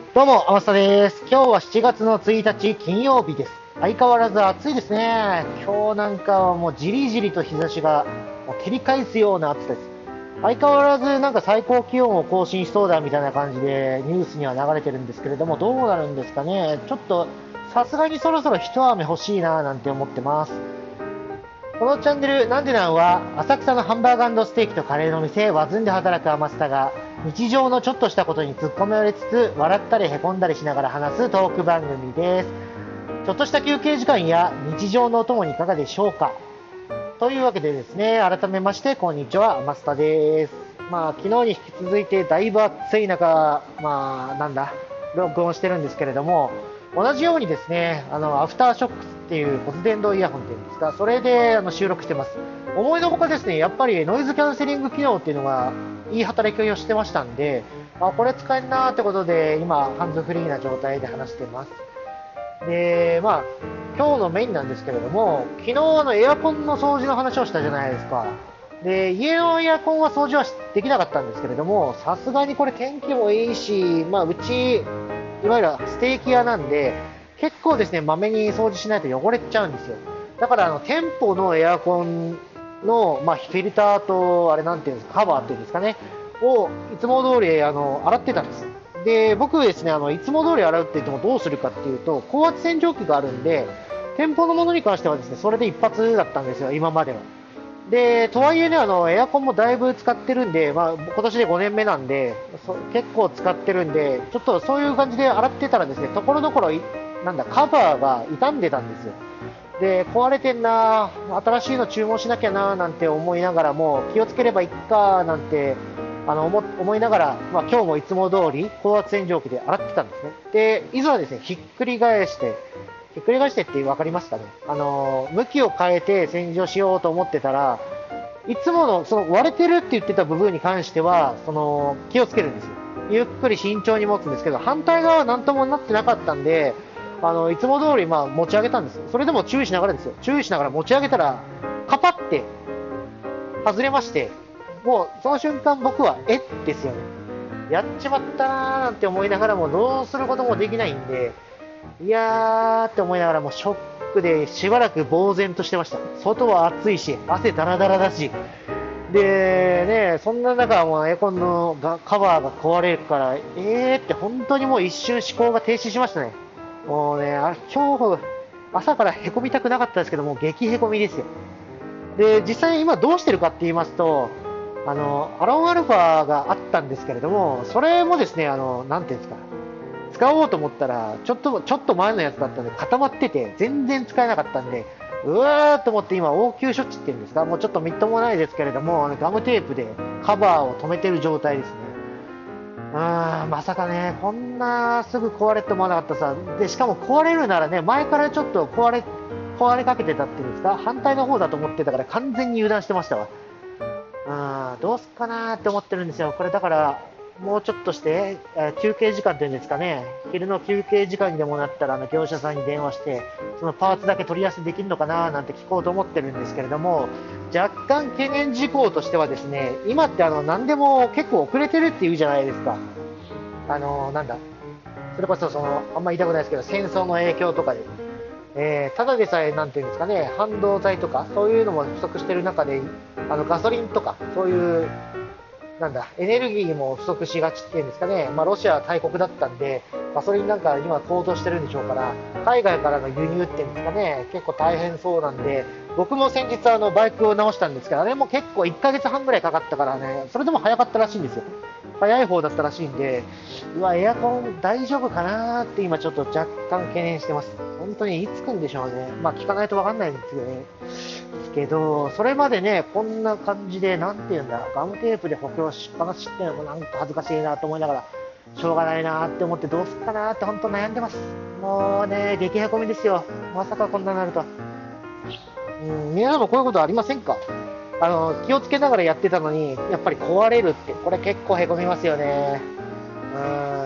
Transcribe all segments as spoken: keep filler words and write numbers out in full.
どうも、天下です。今日はしちがつのついたち金曜日です。相変わらず暑いですね。今日なんかはもうじりじりと日差しがもう照り返すような暑さです。相変わらずなんか最高気温を更新しそうだみたいな感じでニュースには流れてるんですけれども、どうなるんですかね。ちょっとさすがにそろそろ一雨欲しいななんて思ってます。このチャンネルなんでなんは浅草のハンバーガーステーキとカレーの店ワズンで働く天下が日常のちょっとしたことに突っ込まれつつ笑ったりへこんだりしながら話すトーク番組です。ちょっとした休憩時間や日常のお供にいかがでしょうか。というわけでですね、改めましてこんにちは、天下です。まあ昨日に引き続いてだいぶ暑い中、まあなんだ録音してるんですけれども、同じようにですね、あのアフターショックスっていう骨伝導イヤホンっていうんですか、それであの収録してます。思いのほかですね、やっぱりノイズキャンセリング機能っていうのがいい働きをしてましたんで、あ、これ使えんなーってことで今ハンズフリーな状態で話してます。で、まあ今日のメインなんですけれども、昨日あのエアコンの掃除の話をしたじゃないですか。で、家のエアコンは掃除はできなかったんですけれども、さすがにこれ天気もいいし、まあうちいわゆるステーキ屋なんで、結構ですね、まめに掃除しないと汚れちゃうんですよ。だから、あの、店舗のエアコンの、まあ、フィルターと、あれなんていうんですか、カバーっていうんですかね、を、いつも通り、あの、洗ってたんです。で、僕ですね、あの、いつも通り洗うって言ってもどうするかっていうと、高圧洗浄機があるんで、店舗のものに関してはですね、それで一発だったんですよ、今までは。で、とはいえね、あの、エアコンもだいぶ使ってるんで、まあ、今年でごねんめなんで、そ結構使ってるんで、ちょっとそういう感じで洗ってたらですね、ところどころ、なんだ、カバーが傷んでたんですよ。で、壊れてんな、新しいの注文しなきゃな、なんて思いながらも、気をつければいっか、なんて、あの、思思いながら、まあ、今日もいつも通り、高圧洗浄機で洗ってたんですね。で、いざですね、ひっくり返して、ひっくり返してって分かりますかね。あのー向きを変えて洗浄しようと思ってたら、いつものその割れてるって言ってた部分に関してはその気をつけるんですよ。ゆっくり慎重に持つんですけど、反対側は何ともなってなかったんで、あのいつも通りまあ持ち上げたんですよ。それでも注意しながらですよ。注意しながら持ち上げたらカパって外れまして、もうその瞬間僕はえっですよね。やっちまったなーなんて思いながらもどうすることもできないんで、いやーって思いながらもショックでしばらく呆然としてました。外は暑いし、汗だらだらだし。で、ね、そんな中、もうエアコンのがカバーが壊れるから、えーって本当にもう一瞬思考が停止しましたね。もうね、あ今日、朝からへこみたくなかったですけども、激へこみですよ。で、実際今どうしてるかって言いますと、あの、アロンアルファがあったんですけれども、それもですね、あの、なんていうんですか、使おうと思ったら、ちょっと、ちょっと前のやつだったんで固まってて、全然使えなかったんで、うわーと思って今、応急処置っていうんですか、もうちょっとみっともないですけれども、あのガムテープでカバーを止めてる状態ですね。あーまさかね、こんなすぐ壊れると思わなかったさ。で、しかも壊れるならね、前からちょっと壊れ、壊れかけてたっていうんですか、反対の方だと思ってたから完全に油断してましたわ。あーどうすっかなーって思ってるんですよ。これだから、もうちょっとして、えー休憩時間っていうんですかね、昼の休憩時間にでもなったら、あの業者さんに電話して、そのパーツだけ取り寄せできるのかななんて聞こうと思ってるんですけれども、若干懸念事項としてはですね、今ってあの何でも結構遅れてるっていうじゃないですか。あのなんだ、それこそその、あんま言いたくないですけど、戦争の影響とかで、えーただでさえ、なんていうんですかね、半導体とか、そういうのも不足している中で、あのガソリンとか、そういうなんだ、エネルギーも不足しがちっていうんですかね、まあ、ロシアは大国だったんで、ガソリンなんか今高騰してるんでしょうから、海外からの輸入っていうんですかね、結構大変そうなんで、僕も先日あのバイクを直したんですけど、あれも結構いっかげつはんぐらいかかったからね、それでも早かったらしいんですよ。早い方だったらしいんで、うわ、エアコン大丈夫かなーって今ちょっと若干懸念してます。本当にいつ来んでしょうね。まあ聞かないとわかんないんですよね。ですけど、それまでね、こんな感じで、なんていうんだ、ガムテープで補強しっぱなしっていうのもなんか恥ずかしいなと思いながら、しょうがないなって思ってどうすっかなって本当悩んでます。もうね、激へこみですよ。まさかこんなになると。うん、皆さんもこういうことありませんか？あの、気をつけながらやってたのに、やっぱり壊れるって、これ結構へこみますよね。うん。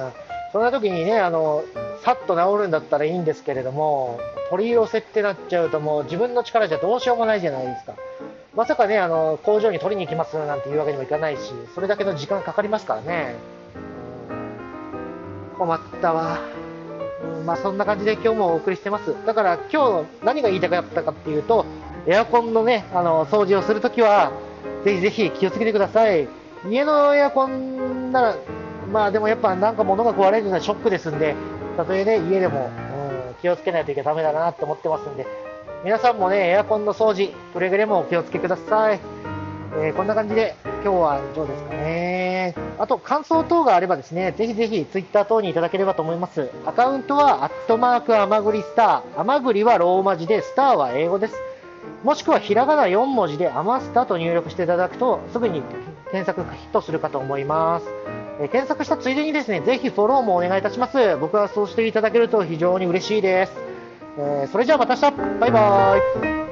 そんな時にね、あの、さっと治るんだったらいいんですけれども、取り寄せってなっちゃうともう自分の力じゃどうしようもないじゃないですか。まさかね、あの、工場に取りに行きますなんていうわけにもいかないし、それだけの時間かかりますからね。 困ったわ。うん、まあそんな感じで今日もお送りしてます。だから今日何が言いたかったかっていうと、エアコンのね、あの、掃除をするときは、ぜひぜひ気をつけてください。家のエアコンなら、まあでもやっぱなんか物が壊れるのはショックですんで、たとえね、家でも、うん、気をつけないといけダメだなって思ってますんで、皆さんもね、エアコンの掃除、くれぐれもお気をつけください。えーこんな感じで今日は以上ですかね。あと感想等があればですね、ぜひぜひツイッター等にいただければと思います。アカウントはアットマークアマグリスター、アマグリはローマ字でスターは英語です。もしくはひらがなよん文字でアマスタと入力していただくとすぐに検索ヒットするかと思います。えー検索したついでにですね、ぜひフォローもお願いいたします。僕はそうしていただけると非常に嬉しいです。えーそれじゃあまた明日、バイバーイ。